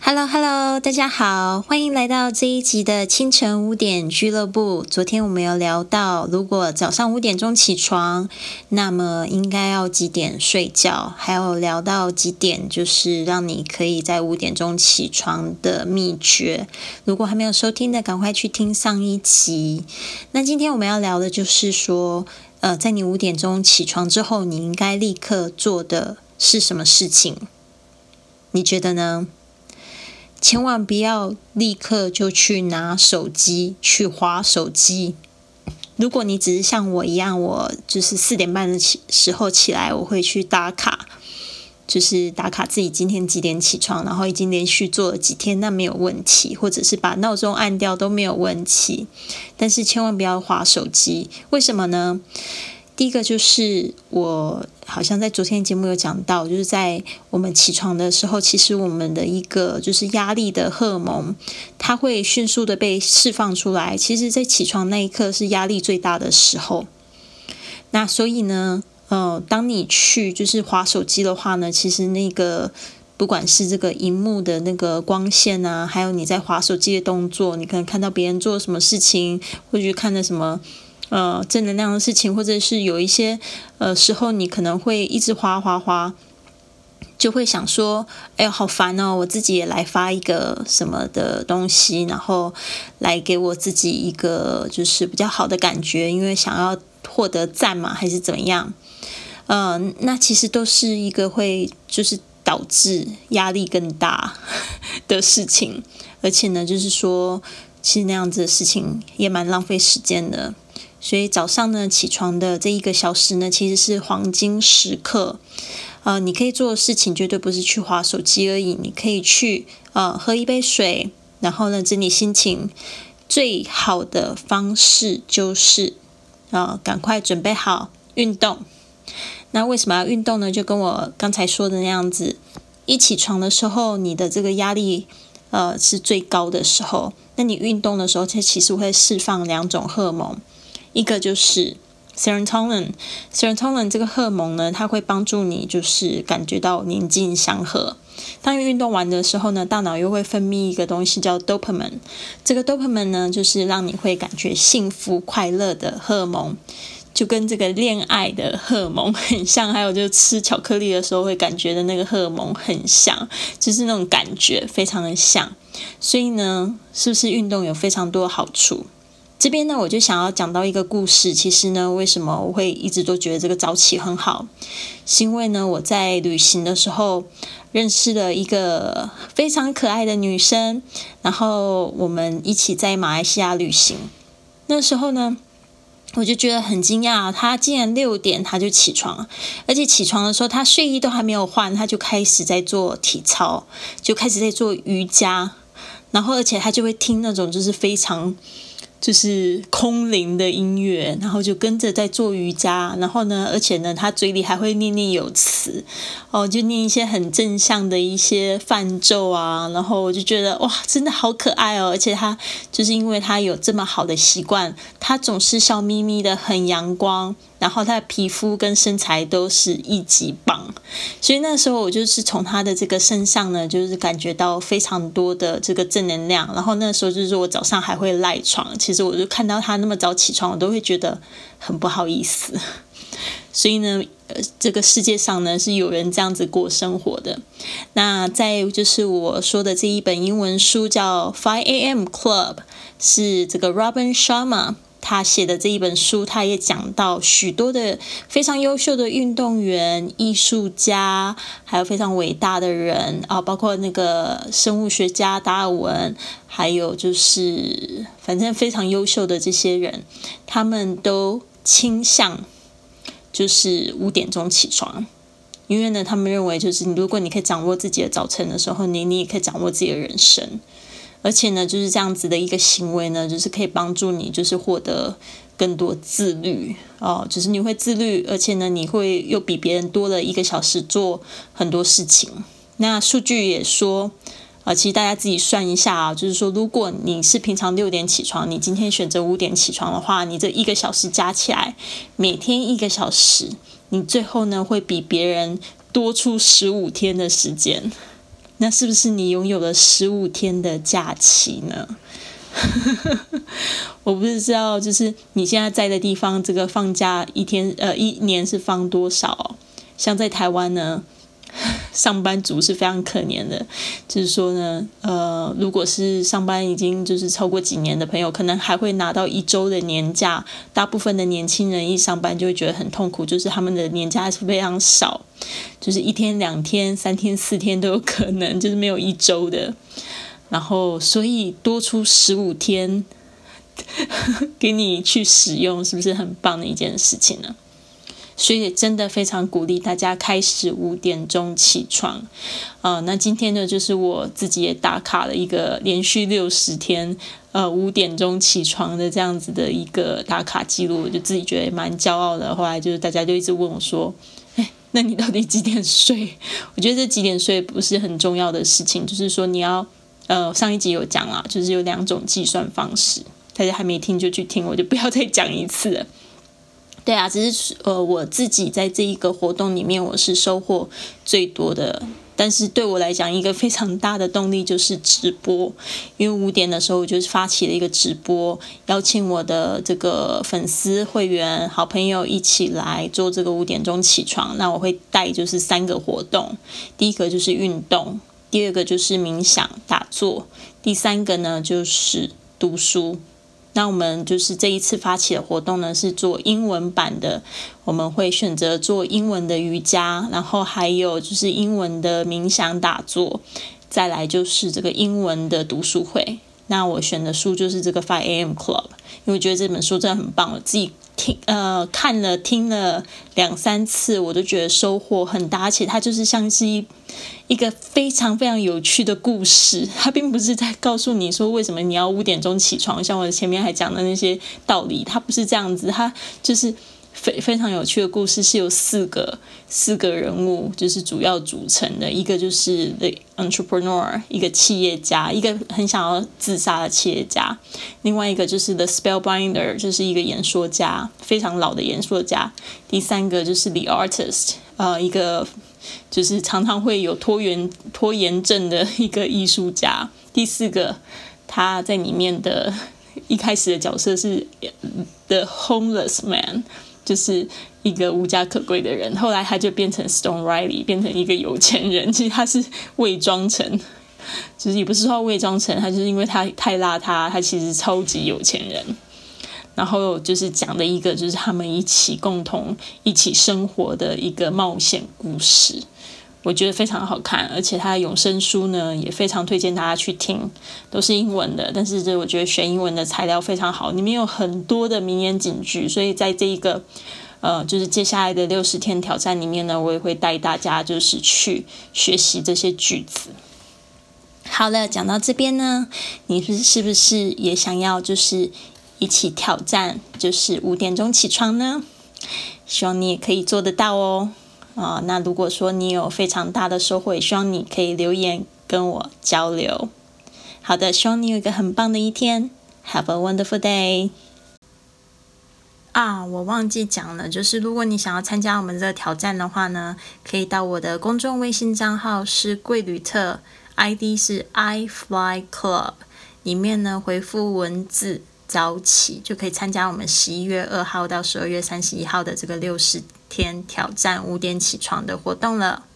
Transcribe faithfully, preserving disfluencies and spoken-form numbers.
Hello Hello， 大家好，欢迎来到这一集的清晨五点俱乐部。昨天我们有聊到，如果早上五点钟起床，那么应该要几点睡觉？还有聊到几点，就是让你可以在五点钟起床的秘诀。如果还没有收听的，赶快去听上一集。那今天我们要聊的就是说，呃，在你五点钟起床之后，你应该立刻做的是什么事情？你觉得呢？千万不要立刻就去拿手机去滑手机。如果你只是像我一样，我就是四点半的时候起来，我会去打卡，就是打卡自己今天几点起床，然后已经连续做了几天，那没有问题，或者是把闹钟按掉都没有问题。但是千万不要滑手机，为什么呢？第一个就是我好像在昨天节目有讲到，就是在我们起床的时候，其实我们的一个就是压力的荷尔蒙，它会迅速的被释放出来。其实在起床那一刻是压力最大的时候。那所以呢，呃，当你去就是滑手机的话呢，其实那个不管是这个荧幕的那个光线啊，还有你在滑手机的动作，你可能看到别人做什么事情，或者看了什么呃，正能量的事情，或者是有一些呃时候，你可能会一直滑滑滑，就会想说，哎呦，好烦哦！我自己也来发一个什么的东西，然后来给我自己一个就是比较好的感觉，因为想要获得赞嘛，还是怎么样？呃，那其实都是一个会就是导致压力更大的事情，而且呢，就是说，其实那样子的事情也蛮浪费时间的。所以早上呢，起床的这一个小时呢，其实是黄金时刻。呃，你可以做的事情绝对不是去滑手机而已，你可以去呃喝一杯水，然后呢整理心情。最好的方式就是呃赶快准备好运动。那为什么要运动呢？就跟我刚才说的那样子，一起床的时候，你的这个压力呃是最高的时候，那你运动的时候，它其实会释放两种荷尔蒙。一个就是 serotonin， serotonin 这个荷尔蒙呢，它会帮助你就是感觉到宁静祥和。当你运动完的时候呢，大脑又会分泌一个东西叫 dopamine， 这个 dopamine 呢，就是让你会感觉幸福快乐的荷尔蒙，就跟这个恋爱的荷尔蒙很像，还有就是吃巧克力的时候会感觉的那个荷尔蒙很像，就是那种感觉非常的像。所以呢，是不是运动有非常多的好处？这边呢，我就想要讲到一个故事。其实呢，为什么我会一直都觉得这个早起很好，是因为呢，我在旅行的时候认识了一个非常可爱的女生，然后我们一起在马来西亚旅行。那时候呢，我就觉得很惊讶，她竟然六点她就起床，而且起床的时候，她睡衣都还没有换，她就开始在做体操，就开始在做瑜伽，然后而且她就会听那种就是非常就是空灵的音乐，然后就跟着在做瑜伽，然后呢，而且呢，他嘴里还会念念有词，哦，就念一些很正向的一些梵咒啊，然后我就觉得哇，真的好可爱哦！而且他就是因为他有这么好的习惯，他总是笑眯眯的，很阳光，然后他的皮肤跟身材都是一级棒，所以那时候我就是从他的这个身上呢，就是感觉到非常多的这个正能量。然后那时候就是我早上还会赖床，其实我就看到他那么早起床，我都会觉得很不好意思。所以呢，呃，这个世界上呢是有人这样子过生活的。那在就是我说的这一本英文书叫 five A M Club， 是这个 Robin Sharma他写的这一本书，他也讲到许多的非常优秀的运动员、艺术家，还有非常伟大的人啊，包括那个生物学家达尔文，还有就是反正非常优秀的这些人，他们都倾向就是五点钟起床。因为呢，他们认为就是如果你可以掌握自己的早晨的时候，你你也可以掌握自己的人生。而且呢，就是这样子的一个行为呢，就是可以帮助你，就是获得更多自律哦，就是你会自律，而且呢，你会又比别人多了一个小时做很多事情。那数据也说，呃，其实大家自己算一下啊，就是说，如果你是平常六点起床，你今天选择五点起床的话，你这一个小时加起来，每天一个小时，你最后呢会比别人多出十五天的时间。 那是不是你拥有了十五天的假期呢？我不知道，就是你现在在的地方，这个放假一天呃一年是放多少哦？像在台湾呢，上班族是非常可怜的，就是说呢，呃，如果是上班已经就是超过几年的朋友，可能还会拿到一周的年假。大部分的年轻人一上班就会觉得很痛苦，就是他们的年假是非常少，就是一天、两天、三天、四天都有可能，就是没有一周的。然后，所以多出十五天给你去使用，是不是很棒的一件事情呢？所以真的非常鼓励大家开始五点钟起床。呃，那今天呢，就是我自己也打卡了一个连续六十天，呃，五点钟起床的这样子的一个打卡记录，我就自己觉得蛮骄傲的。后来就是大家就一直问我说，哎，那你到底几点睡？我觉得这几点睡不是很重要的事情，就是说你要。呃，上一集有讲啦，就是有两种计算方式，大家还没听就去听，我就不要再讲一次了。对啊，只是呃我自己在这一个活动里面，我是收获最多的。但是对我来讲，一个非常大的动力就是直播，因为五点的时候我就是发起了一个直播，邀请我的这个粉丝、会员、好朋友一起来做这个五点钟起床。那我会带就是三个活动，第一个就是运动。第二个就是冥想打坐，第三个呢就是读书。那我们就是这一次发起的活动呢是做英文版的，我们会选择做英文的瑜伽，然后还有就是英文的冥想打坐，再来就是这个英文的读书会。那我选的书就是这个 five A M Club， 因为我觉得这本书真的很棒，我自己听呃看了听了两三次，我都觉得收获很大，而且它就是像是一一个非常非常有趣的故事，它并不是在告诉你说为什么你要五点钟起床，像我前面还讲的那些道理，它不是这样子，它就是非非常有趣的故事，是由四个四个人物就是主要组成的，一个就是 the entrepreneur， 一个企业家，一个很想要自杀的企业家，另外一个就是 the spellbinder， 就是一个演说家，非常老的演说家，第三个就是 the artist， 呃，一个就是常常会有拖延拖延症的一个艺术家，第四个他在里面的一开始的角色是 the homeless man，就是一个无家可归的人，后来他就变成 Stone Riley， 变成一个有钱人。其实他是伪装成，就是也不是说伪装成，他就是因为他太邋遢，他其实超级有钱人。然后就是讲的一个就是他们一起共同一起生活的一个冒险故事，我觉得非常好看，而且它的永生书呢也非常推荐大家去听，都是英文的，但是这我觉得学英文的材料非常好，里面有很多的名言警句，所以在这一个呃就是接下来的六十天挑战里面呢，我也会带大家就是去学习这些句子。好了，讲到这边呢，你是不是也想要就是一起挑战，就是五点钟起床呢？希望你也可以做得到哦。啊、呃，那如果说你有非常大的收获，也希望你可以留言跟我交流。好的，希望你有一个很棒的一天。Have a wonderful day。啊，我忘记讲了，就是如果你想要参加我们这个挑战的话呢，可以到我的公众微信账号是贵旅特 ，I D 是 I Fly Club， 里面呢回复文字早起就可以参加我们十一月二号到十二月三十一号的这个六十天挑战五点起床的活动了。